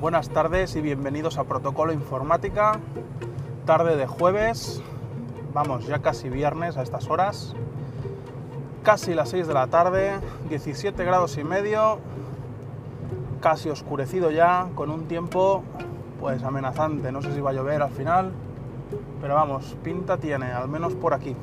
Buenas tardes y bienvenidos a Protocolo Informática, tarde de jueves, vamos ya casi viernes a estas horas, casi las 6 de la tarde, 17 grados y medio, casi oscurecido ya, con un tiempo pues amenazante, no sé si va a llover al final, pero vamos, pinta tiene, al menos por aquí.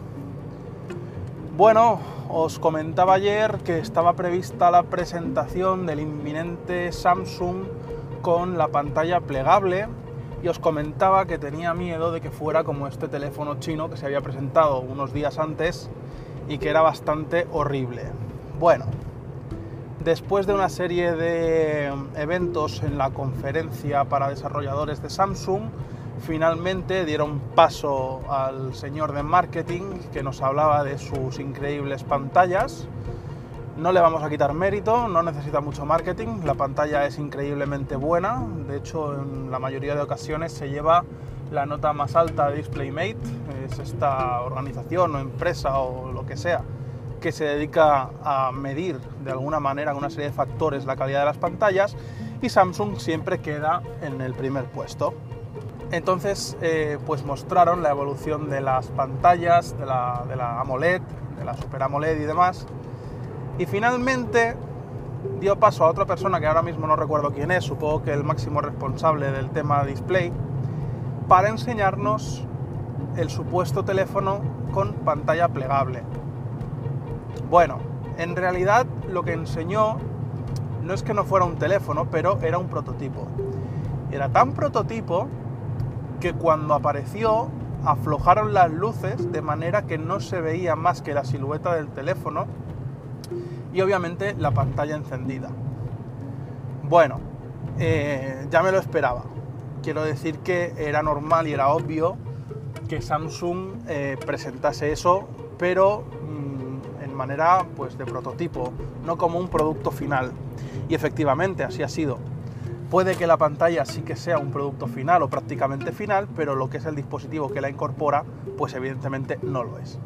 Bueno, os comentaba ayer que estaba prevista la presentación del inminente Samsung con la pantalla plegable y os comentaba que tenía miedo de que fuera como este teléfono chino que se había presentado unos días antes y que era bastante horrible. Bueno, después de una serie de eventos en la conferencia para desarrolladores de Samsung, finalmente dieron paso al señor de marketing que nos hablaba de sus increíbles pantallas. No le vamos a quitar mérito, no necesita mucho marketing, la pantalla es increíblemente buena, de hecho en la mayoría de ocasiones se lleva la nota más alta de DisplayMate, es esta organización o empresa o lo que sea que se dedica a medir de alguna manera con una serie de factores la calidad de las pantallas, y Samsung siempre queda en el primer puesto. Entonces pues mostraron la evolución de las pantallas, de la AMOLED, de la Super AMOLED y demás. Y finalmente dio paso a otra persona que ahora mismo no recuerdo quién es, supongo que el máximo responsable del tema display, para enseñarnos el supuesto teléfono con pantalla plegable. Bueno, en realidad lo que enseñó no es que no fuera un teléfono, pero era un prototipo. Era tan prototipo que cuando apareció aflojaron las luces de manera que no se veía más que la silueta del teléfono y obviamente la pantalla encendida. Bueno, ya me lo esperaba. Quiero decir que era normal y era obvio que Samsung presentase eso, pero en manera pues de prototipo, no como un producto final. Y efectivamente así ha sido. Puede que la pantalla sí que sea un producto final o prácticamente final, pero lo que es el dispositivo que la incorpora, pues evidentemente no lo es.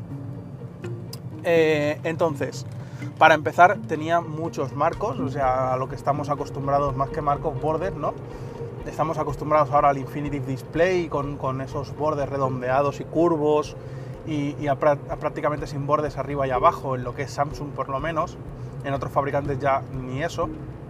Entonces, para empezar, tenía muchos marcos, o sea, a lo que estamos acostumbrados, más que marcos, bordes, ¿no? Estamos acostumbrados ahora al Infinitive Display con esos bordes redondeados y curvos y a prácticamente sin bordes arriba y abajo, en lo que es Samsung por lo menos. En otros fabricantes ya ni eso.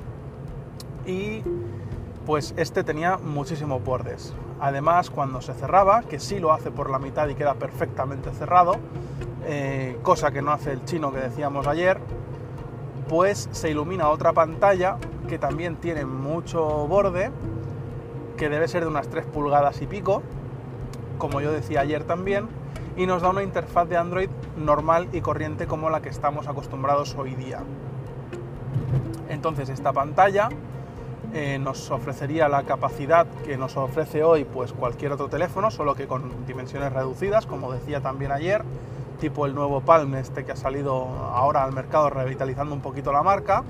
Y pues este tenía muchísimos bordes. Además, cuando se cerraba, que sí lo hace por la mitad y queda perfectamente cerrado, cosa que no hace el chino que decíamos ayer, pues se ilumina otra pantalla que también tiene mucho borde, que debe ser de unas 3 pulgadas y pico, como yo decía ayer también, y nos da una interfaz de Android normal y corriente como la que estamos acostumbrados hoy día. Entonces esta pantalla nos ofrecería la capacidad que nos ofrece hoy pues cualquier otro teléfono, solo que con dimensiones reducidas, como decía también ayer, tipo el nuevo Palm este que ha salido ahora al mercado revitalizando un poquito la marca,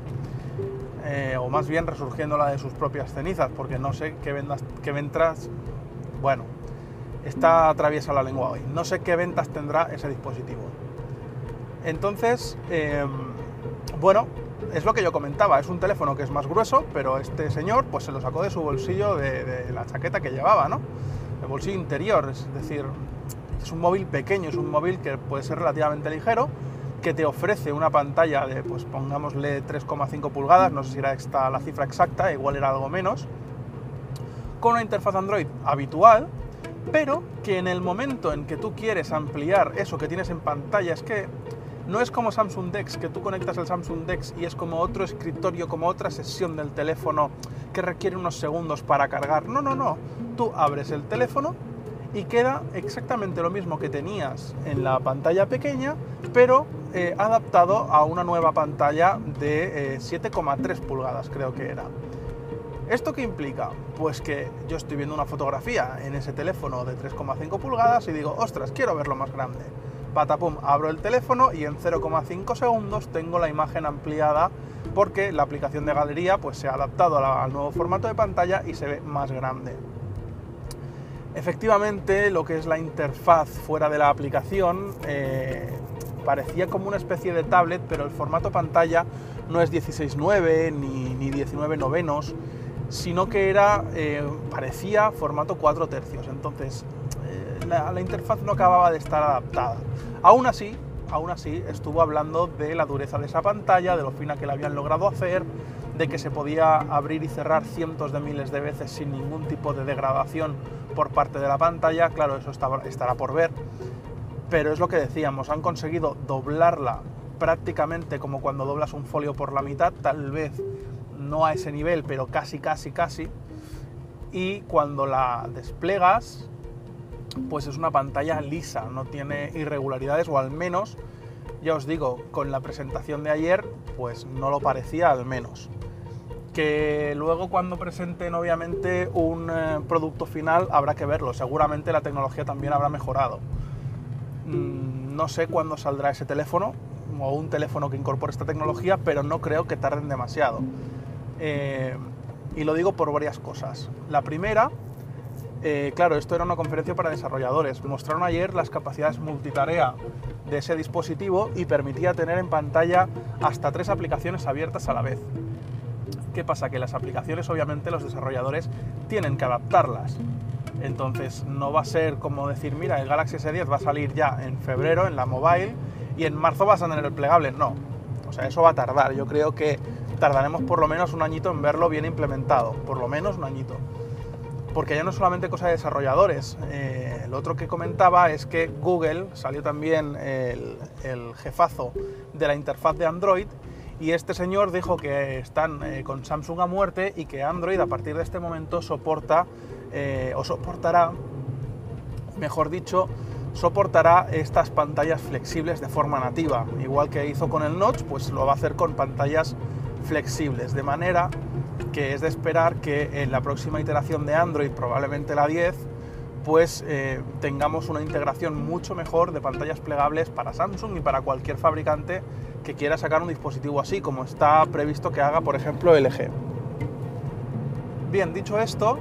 o más bien resurgiéndola de sus propias cenizas, porque no sé qué ventas, bueno, está atraviesa la lengua hoy, no sé qué ventas tendrá ese dispositivo. Entonces, bueno, es lo que yo comentaba, es un teléfono que es más grueso, pero este señor pues se lo sacó de su bolsillo de la chaqueta que llevaba, ¿no? El bolsillo interior, es decir, es un móvil pequeño, es un móvil que puede ser relativamente ligero, que te ofrece una pantalla de, pues pongámosle 3,5 pulgadas, no sé si era esta la cifra exacta, igual era algo menos, con una interfaz Android habitual, pero que en el momento en que tú quieres ampliar eso que tienes en pantalla, es que no es como Samsung DeX, que tú conectas el Samsung DeX y es como otro escritorio, como otra sesión del teléfono que requiere unos segundos para cargar. No, no, no. Tú abres el teléfono y queda exactamente lo mismo que tenías en la pantalla pequeña, pero adaptado a una nueva pantalla de 7,3 pulgadas, creo que era. ¿Esto qué implica? Pues que yo estoy viendo una fotografía en ese teléfono de 3,5 pulgadas y digo, ostras, quiero verlo más grande. Patapum, abro el teléfono y en 0,5 segundos tengo la imagen ampliada porque la aplicación de galería pues se ha adaptado al nuevo formato de pantalla y se ve más grande. Efectivamente, lo que es la interfaz fuera de la aplicación parecía como una especie de tablet, pero el formato pantalla no es 16:9 ni 19 novenos, sino que parecía formato 4 tercios. Entonces, la interfaz no acababa de estar adaptada. Aún así, estuvo hablando de la dureza de esa pantalla, de lo fina que la habían logrado hacer, de que se podía abrir y cerrar cientos de miles de veces sin ningún tipo de degradación por parte de la pantalla. Claro, eso estará por ver, pero es lo que decíamos, han conseguido doblarla prácticamente como cuando doblas un folio por la mitad, tal vez no a ese nivel, pero casi, y cuando la desplegas, pues es una pantalla lisa, no tiene irregularidades, o al menos, ya os digo, con la presentación de ayer, pues no lo parecía al menos. Que luego cuando presenten obviamente un producto final habrá que verlo, seguramente la tecnología también habrá mejorado. No sé cuándo saldrá ese teléfono, o un teléfono que incorpore esta tecnología, pero no creo que tarden demasiado. Y lo digo por varias cosas. La primera, claro, esto era una conferencia para desarrolladores. Mostraron ayer las capacidades multitarea de ese dispositivo y permitía tener en pantalla hasta 3 aplicaciones abiertas a la vez. ¿Qué pasa? Que las aplicaciones, obviamente, los desarrolladores tienen que adaptarlas. Entonces, no va a ser como decir, mira, el Galaxy S10 va a salir ya en febrero en la mobile y en marzo vas a tener el plegable. No. O sea, eso va a tardar. Yo creo que tardaremos por lo menos un añito en verlo bien implementado. Por lo menos un añito. Porque ya no es solamente cosa de desarrolladores. Lo otro que comentaba es que Google, salió también el jefazo de la interfaz de Android, y este señor dijo que están con Samsung a muerte y que Android a partir de este momento soportará, estas pantallas flexibles de forma nativa. Igual que hizo con el Notch, pues lo va a hacer con pantallas flexibles, de manera que es de esperar que en la próxima iteración de Android, probablemente la 10, pues tengamos una integración mucho mejor de pantallas plegables para Samsung y para cualquier fabricante que quiera sacar un dispositivo así, como está previsto que haga, por ejemplo, LG. Bien, dicho esto,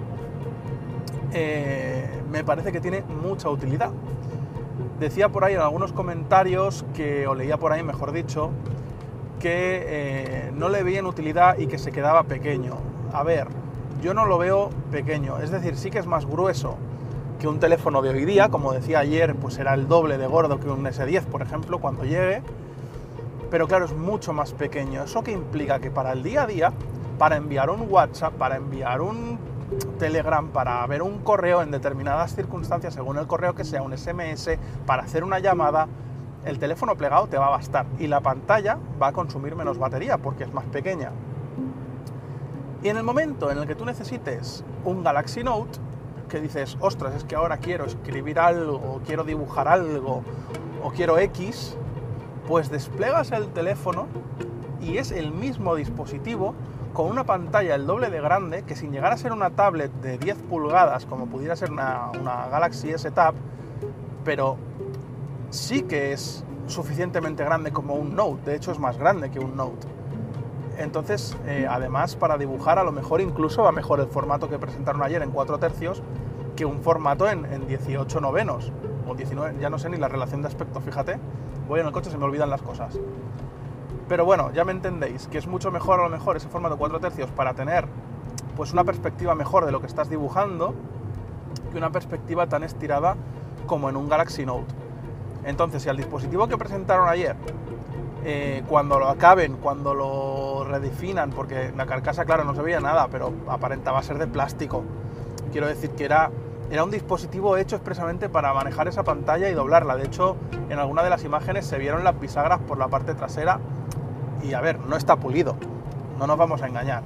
me parece que tiene mucha utilidad. Decía por ahí en algunos comentarios, o leía por ahí, mejor dicho, que no le veían utilidad y que se quedaba pequeño. A ver, yo no lo veo pequeño, es decir, sí que es más grueso que un teléfono de hoy día, como decía ayer, pues será el doble de gordo que un S10, por ejemplo, cuando llegue, pero claro, es mucho más pequeño. ¿Eso qué implica? Que para el día a día, para enviar un WhatsApp, para enviar un Telegram, para ver un correo en determinadas circunstancias, según el correo que sea, un SMS, para hacer una llamada, el teléfono plegado te va a bastar y la pantalla va a consumir menos batería porque es más pequeña. Y en el momento en el que tú necesites un Galaxy Note, que dices, ostras, es que ahora quiero escribir algo, o quiero dibujar algo, o quiero X, pues desplegas el teléfono y es el mismo dispositivo con una pantalla el doble de grande, que sin llegar a ser una tablet de 10 pulgadas, como pudiera ser una Galaxy S Tab, pero sí que es suficientemente grande como un Note. De hecho, es más grande que un Note. Entonces, además, para dibujar a lo mejor incluso va mejor el formato que presentaron ayer en 4 tercios que un formato en 18 novenos o 19, ya no sé ni la relación de aspecto, fíjate, voy en el coche, se me olvidan las cosas. Pero bueno, ya me entendéis, que es mucho mejor a lo mejor ese formato 4 tercios para tener pues una perspectiva mejor de lo que estás dibujando que una perspectiva tan estirada como en un Galaxy Note. Entonces, si al dispositivo que presentaron ayer, cuando lo acaben, cuando lo redefinan, porque la carcasa, claro, no se veía nada, pero aparentaba ser de plástico. Quiero decir que era un dispositivo hecho expresamente para manejar esa pantalla y doblarla. De hecho, en alguna de las imágenes se vieron las bisagras por la parte trasera y, a ver, no está pulido, no nos vamos a engañar.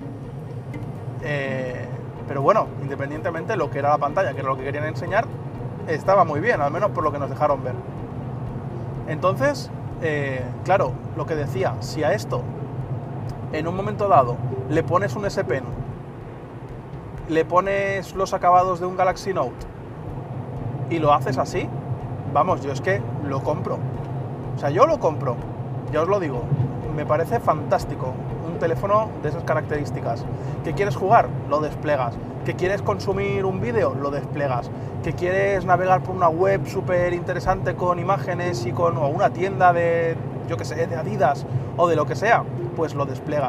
Pero bueno, independientemente de lo que era la pantalla, que era lo que querían enseñar, estaba muy bien, al menos por lo que nos dejaron ver. Entonces, claro, lo que decía, si a esto en un momento dado le pones un S Pen, le pones los acabados de un Galaxy Note y lo haces así, vamos, yo es que lo compro. O sea, yo lo compro, ya os lo digo, me parece fantástico un teléfono de esas características. ¿Que quieres jugar? Lo desplegas. ¿Que quieres consumir un vídeo? Lo desplegas. ¿Que quieres navegar por una web súper interesante con imágenes o una tienda de, yo que sé, de Adidas o de lo que sea? Pues lo desplegas.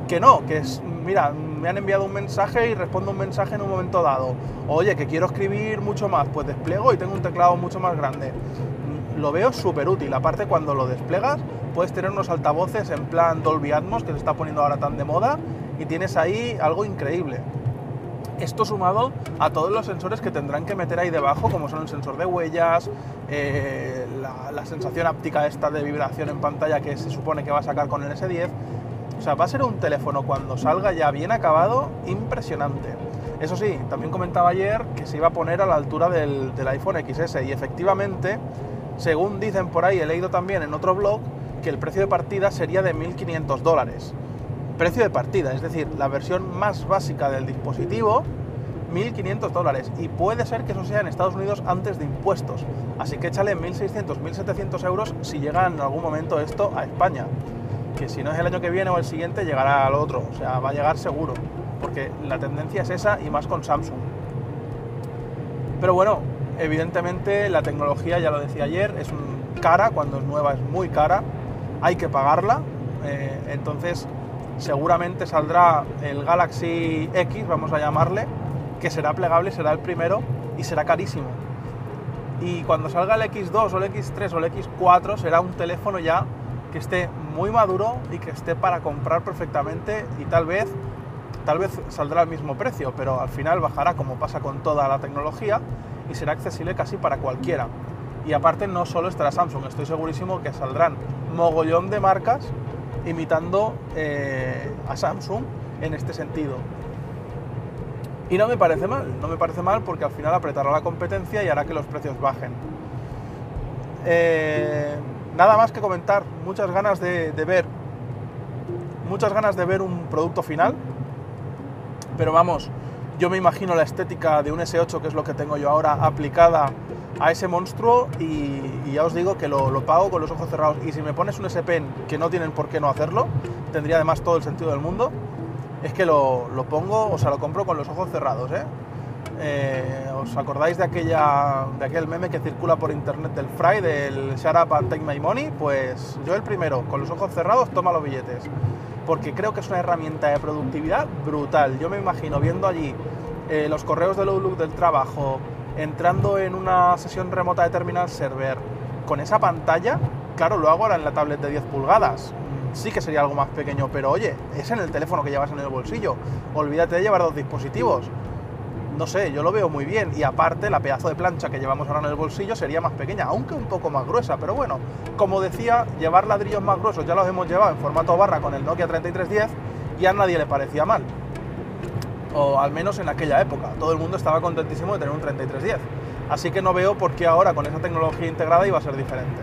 que no, que es, mira, me han enviado un mensaje y respondo un mensaje en un momento dado. Oye, que quiero escribir mucho más, pues despliego y tengo un teclado mucho más grande. Lo veo súper útil. Aparte, cuando lo desplegas, puedes tener unos altavoces en plan Dolby Atmos, que se está poniendo ahora tan de moda, y tienes ahí algo increíble. Esto sumado a todos los sensores que tendrán que meter ahí debajo, como son el sensor de huellas, la sensación áptica esta de vibración en pantalla que se supone que va a sacar con el S10. O sea, va a ser un teléfono cuando salga ya bien acabado, impresionante. Eso sí, también comentaba ayer que se iba a poner a la altura del iPhone XS, y efectivamente, según dicen por ahí, he leído también en otro blog, que el precio de partida sería de $1.500. Precio de partida, es decir, la versión más básica del dispositivo, $1.500, y puede ser que eso sea en Estados Unidos antes de impuestos, así que échale 1.600, 1.700 euros si llega en algún momento esto a España, que si no es el año que viene o el siguiente llegará al otro, o sea, va a llegar seguro, porque la tendencia es esa, y más con Samsung. Pero bueno, evidentemente la tecnología, ya lo decía ayer, es cara, cuando es nueva es muy cara, hay que pagarla, entonces seguramente saldrá el Galaxy X, vamos a llamarle, que será plegable, será el primero y será carísimo. Y cuando salga el X2 o el X3 o el X4 será un teléfono ya que esté muy maduro y que esté para comprar perfectamente, y tal vez saldrá al mismo precio, pero al final bajará, como pasa con toda la tecnología, y será accesible casi para cualquiera. Y aparte no solo estará Samsung, estoy segurísimo que saldrán mogollón de marcas imitando a Samsung en este sentido. Y no me parece mal porque al final apretará la competencia y hará que los precios bajen. Nada más que comentar, muchas ganas de ver un producto final, pero vamos, yo me imagino la estética de un S8, que es lo que tengo yo ahora, aplicada a ese monstruo, y ya os digo que lo pago con los ojos cerrados. Y si me pones un S Pen, que no tienen por qué no hacerlo, tendría además todo el sentido del mundo, es que lo pongo, o sea, lo compro con los ojos cerrados, ¿Os acordáis de aquel meme que circula por internet del Fry, del Shut Up and Take My Money? Pues yo el primero, con los ojos cerrados, toma los billetes, porque creo que es una herramienta de productividad brutal. Yo me imagino viendo allí los correos del Outlook del trabajo, entrando en una sesión remota de terminal server, con esa pantalla. Claro, lo hago ahora en la tablet de 10 pulgadas, sí que sería algo más pequeño, pero oye, es en el teléfono que llevas en el bolsillo, olvídate de llevar dos dispositivos. No sé, yo lo veo muy bien, y aparte la pedazo de plancha que llevamos ahora en el bolsillo sería más pequeña, aunque un poco más gruesa, pero bueno, como decía, llevar ladrillos más gruesos ya los hemos llevado en formato barra con el Nokia 3310 y a nadie le parecía mal, o al menos en aquella época, todo el mundo estaba contentísimo de tener un 3310, así que no veo por qué ahora con esa tecnología integrada iba a ser diferente.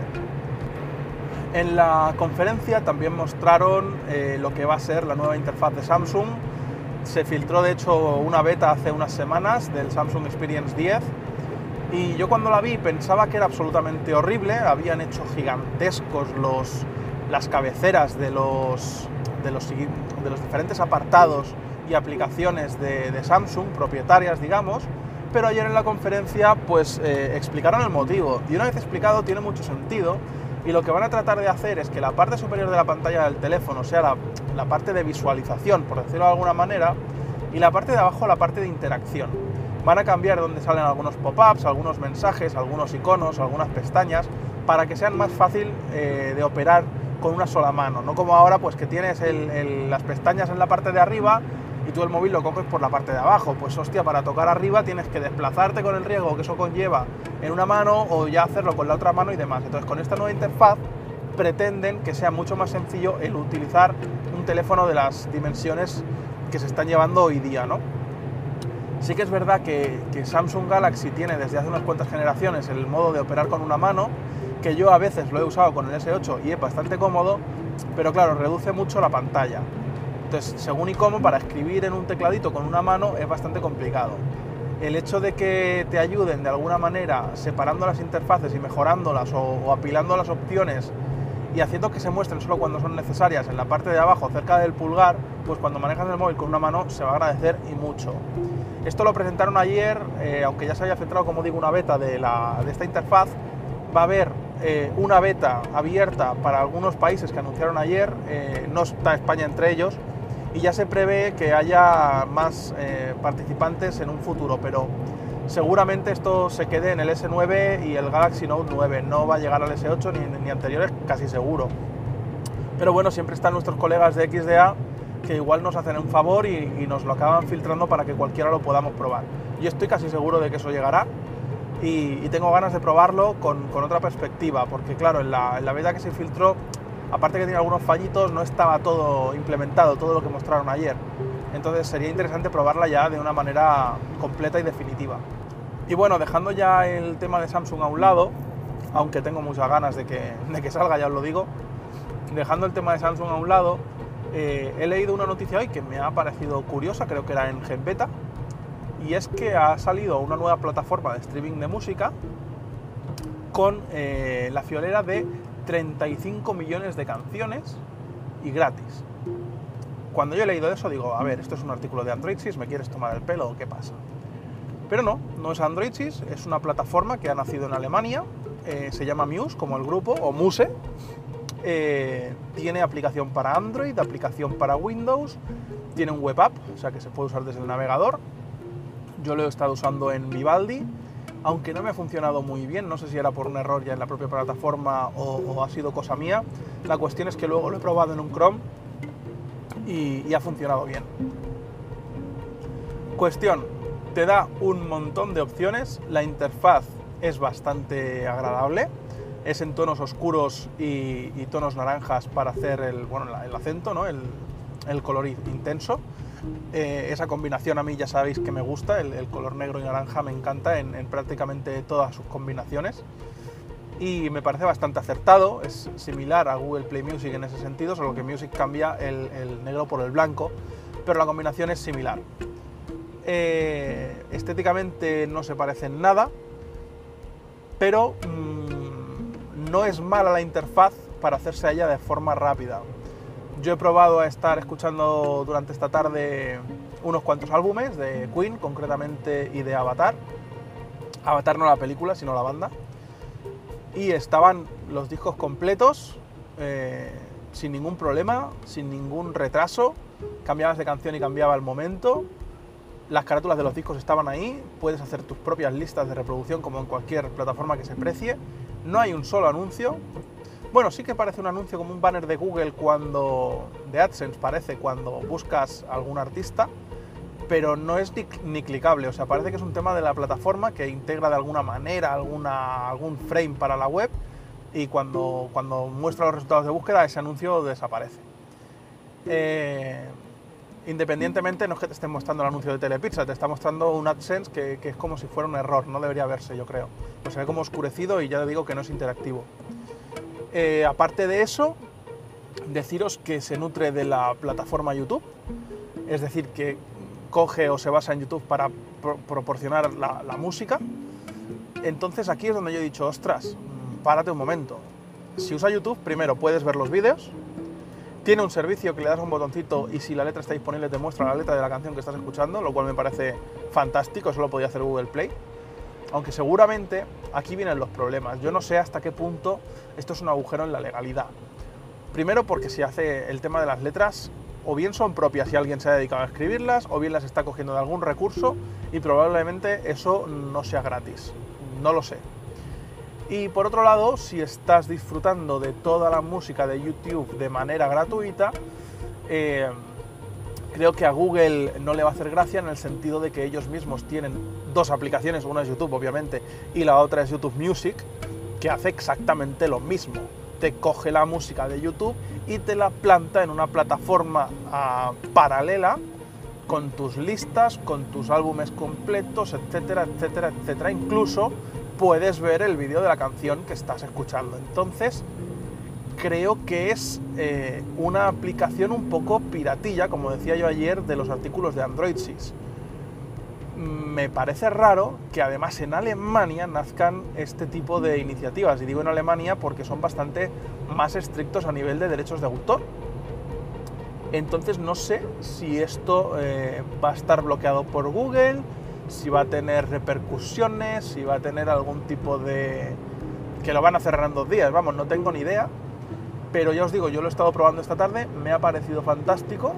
En la conferencia también mostraron lo que va a ser la nueva interfaz de Samsung. Se filtró de hecho una beta hace unas semanas del Samsung Experience 10, y yo cuando la vi pensaba que era absolutamente horrible. Habían hecho gigantescos las cabeceras de los diferentes apartados y aplicaciones de Samsung, propietarias digamos, pero ayer en la conferencia pues explicaron el motivo, y una vez explicado tiene mucho sentido. Y lo que van a tratar de hacer es que la parte superior de la pantalla del teléfono sea la parte de visualización, por decirlo de alguna manera, y la parte de abajo la parte de interacción. Van a cambiar donde salen algunos pop-ups, algunos mensajes, algunos iconos, algunas pestañas, para que sean más fácil de operar con una sola mano. No como ahora, pues que tienes las pestañas en la parte de arriba y tú el móvil lo coges por la parte de abajo. Pues hostia, para tocar arriba tienes que desplazarte con el riesgo que eso conlleva en una mano, o ya hacerlo con la otra mano y demás. Entonces con esta nueva interfaz pretenden que sea mucho más sencillo el utilizar un teléfono de las dimensiones que se están llevando hoy día, ¿no? Sí que es verdad que Samsung Galaxy tiene desde hace unas cuantas generaciones el modo de operar con una mano, que yo a veces lo he usado con el S8 y es bastante cómodo, pero claro, reduce mucho la pantalla. Entonces, según y cómo, para escribir en un tecladito con una mano es bastante complicado. El hecho de que te ayuden de alguna manera separando las interfaces y mejorándolas, o apilando las opciones y haciendo que se muestren solo cuando son necesarias en la parte de abajo cerca del pulgar, pues cuando manejas el móvil con una mano se va a agradecer, y mucho. Esto lo presentaron ayer, aunque ya se había filtrado, como digo, una beta de esta interfaz. Va a haber una beta abierta para algunos países que anunciaron ayer, no está España entre ellos, y ya se prevé que haya más participantes en un futuro, pero seguramente esto se quede en el S9 y el Galaxy Note 9, no va a llegar al S8 ni anteriores, casi seguro. Pero bueno, siempre están nuestros colegas de XDA que igual nos hacen un favor y nos lo acaban filtrando para que cualquiera lo podamos probar. Yo estoy casi seguro de que eso llegará y tengo ganas de probarlo con otra perspectiva, porque claro, en la beta que se filtró, aparte que tiene algunos fallitos, no estaba todo implementado, todo lo que mostraron ayer. Entonces sería interesante probarla ya de una manera completa y definitiva. Y bueno, dejando ya el tema de Samsung a un lado, aunque tengo muchas ganas de que salga, ya os lo digo, dejando el tema de Samsung a un lado, he leído una noticia hoy que me ha parecido curiosa, creo que era en GenBeta, y es que ha salido una nueva plataforma de streaming de música con la friolera de 35 millones de canciones y gratis. Cuando yo he leído eso digo, a ver, esto es un artículo de Androidsys, ¿me quieres tomar el pelo o qué pasa? Pero no es Androidsys, es una plataforma que ha nacido en Alemania, se llama Muse, como el grupo, o Muse. Tiene aplicación para Android, aplicación para Windows, tiene un web app, o sea que se puede usar desde el navegador. Yo lo he estado usando en Vivaldi, aunque no me ha funcionado muy bien, no sé si era por un error ya en la propia plataforma o ha sido cosa mía. La cuestión es que luego lo he probado en un Chrome y ha funcionado bien. Cuestión, te da un montón de opciones, la interfaz es bastante agradable, es en tonos oscuros y tonos naranjas para hacer el acento, ¿no? el color intenso. Esa combinación a mí ya sabéis que me gusta, el color negro y naranja me encanta en prácticamente todas sus combinaciones y me parece bastante acertado, es similar a Google Play Music en ese sentido, solo que Music cambia el negro por el blanco, pero la combinación es similar. Estéticamente no se parece en nada, pero no es mala la interfaz para hacerse a ella de forma rápida. Yo he probado a estar escuchando durante esta tarde unos cuantos álbumes de Queen, concretamente, y de Avatar. Avatar no la película, sino la banda. Y estaban los discos completos, sin ningún problema, sin ningún retraso. Cambiabas de canción y cambiaba el momento. Las carátulas de los discos estaban ahí. Puedes hacer tus propias listas de reproducción como en cualquier plataforma que se precie. No hay un solo anuncio. Bueno, sí que parece un anuncio como un banner de Google de AdSense parece cuando buscas a algún artista, pero no es ni clicable, o sea, parece que es un tema de la plataforma que integra de alguna manera algún frame para la web y cuando muestra los resultados de búsqueda ese anuncio desaparece. Independientemente, no es que te esté mostrando el anuncio de Telepizza, te está mostrando un AdSense que es como si fuera un error, no debería verse, yo creo. Pues se ve como oscurecido y ya te digo que no es interactivo. Aparte de eso, deciros que se nutre de la plataforma YouTube, es decir, que coge o se basa en YouTube para proporcionar la música. Entonces aquí es donde yo he dicho, ostras, párate un momento. Si usas YouTube, primero puedes ver los vídeos, tiene un servicio que le das un botoncito y si la letra está disponible te muestra la letra de la canción que estás escuchando, lo cual me parece fantástico, eso lo podía hacer Google Play. Aunque seguramente aquí vienen los problemas. Yo no sé hasta qué punto esto es un agujero en la legalidad. Primero porque si hace el tema de las letras, o bien son propias y alguien se ha dedicado a escribirlas, o bien las está cogiendo de algún recurso y probablemente eso no sea gratis. No lo sé. Y por otro lado, si estás disfrutando de toda la música de YouTube de manera gratuita, creo que a Google no le va a hacer gracia en el sentido de que ellos mismos tienen dos aplicaciones, una es YouTube obviamente y la otra es YouTube Music, que hace exactamente lo mismo. Te coge la música de YouTube y te la planta en una plataforma paralela con tus listas, con tus álbumes completos, etcétera, etcétera, etcétera. Incluso puedes ver el vídeo de la canción que estás escuchando. Entonces, creo que es una aplicación un poco piratilla, como decía yo ayer, de los artículos de Androidsys. Me parece raro que además en Alemania nazcan este tipo de iniciativas, y digo en Alemania porque son bastante más estrictos a nivel de derechos de autor. Entonces no sé si esto va a estar bloqueado por Google, si va a tener repercusiones, si va a tener algún tipo de... que lo van a cerrar en 2 días, vamos, no tengo ni idea. Pero ya os digo, yo lo he estado probando esta tarde, me ha parecido fantástico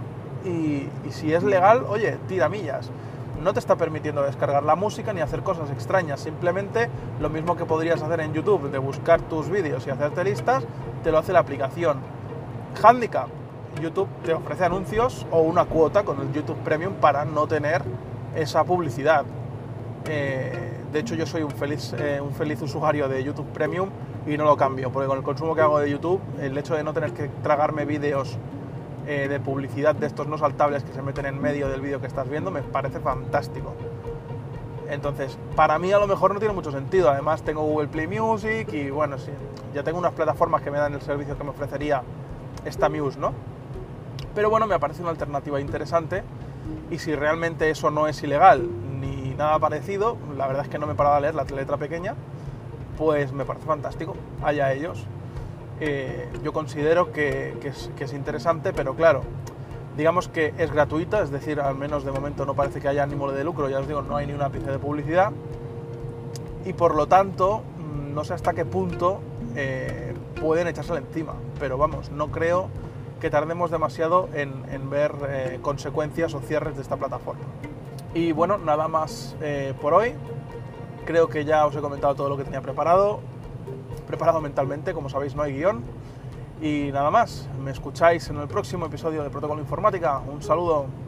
y si es legal, oye, tira millas. No te está permitiendo descargar la música ni hacer cosas extrañas, simplemente lo mismo que podrías hacer en YouTube, de buscar tus vídeos y hacerte listas, te lo hace la aplicación. Handicap: YouTube te ofrece anuncios o una cuota con el YouTube Premium para no tener esa publicidad. De hecho, yo soy un feliz usuario de YouTube Premium y no lo cambio, porque con el consumo que hago de YouTube, el hecho de no tener que tragarme vídeos de publicidad de estos no saltables que se meten en medio del vídeo que estás viendo, me parece fantástico. Entonces, para mí a lo mejor no tiene mucho sentido. Además, tengo Google Play Music y bueno, sí, ya tengo unas plataformas que me dan el servicio que me ofrecería esta Muse, ¿no? Pero bueno, me parece una alternativa interesante, y si realmente eso no es ilegal ni nada parecido, la verdad es que no me he parado a leer la letra pequeña, pues me parece fantástico, allá ellos. Yo considero que es interesante, pero claro, digamos que es gratuita, es decir, al menos de momento no parece que haya ánimo de lucro, ya os digo, no hay ni un ápice de publicidad, y por lo tanto, no sé hasta qué punto pueden echársela encima, pero vamos, no creo que tardemos demasiado en ver consecuencias o cierres de esta plataforma. Y bueno, nada más por hoy. Creo que ya os he comentado todo lo que tenía preparado mentalmente, como sabéis no hay guión. Y nada más, me escucháis en el próximo episodio de Protocolo Informática. Un saludo.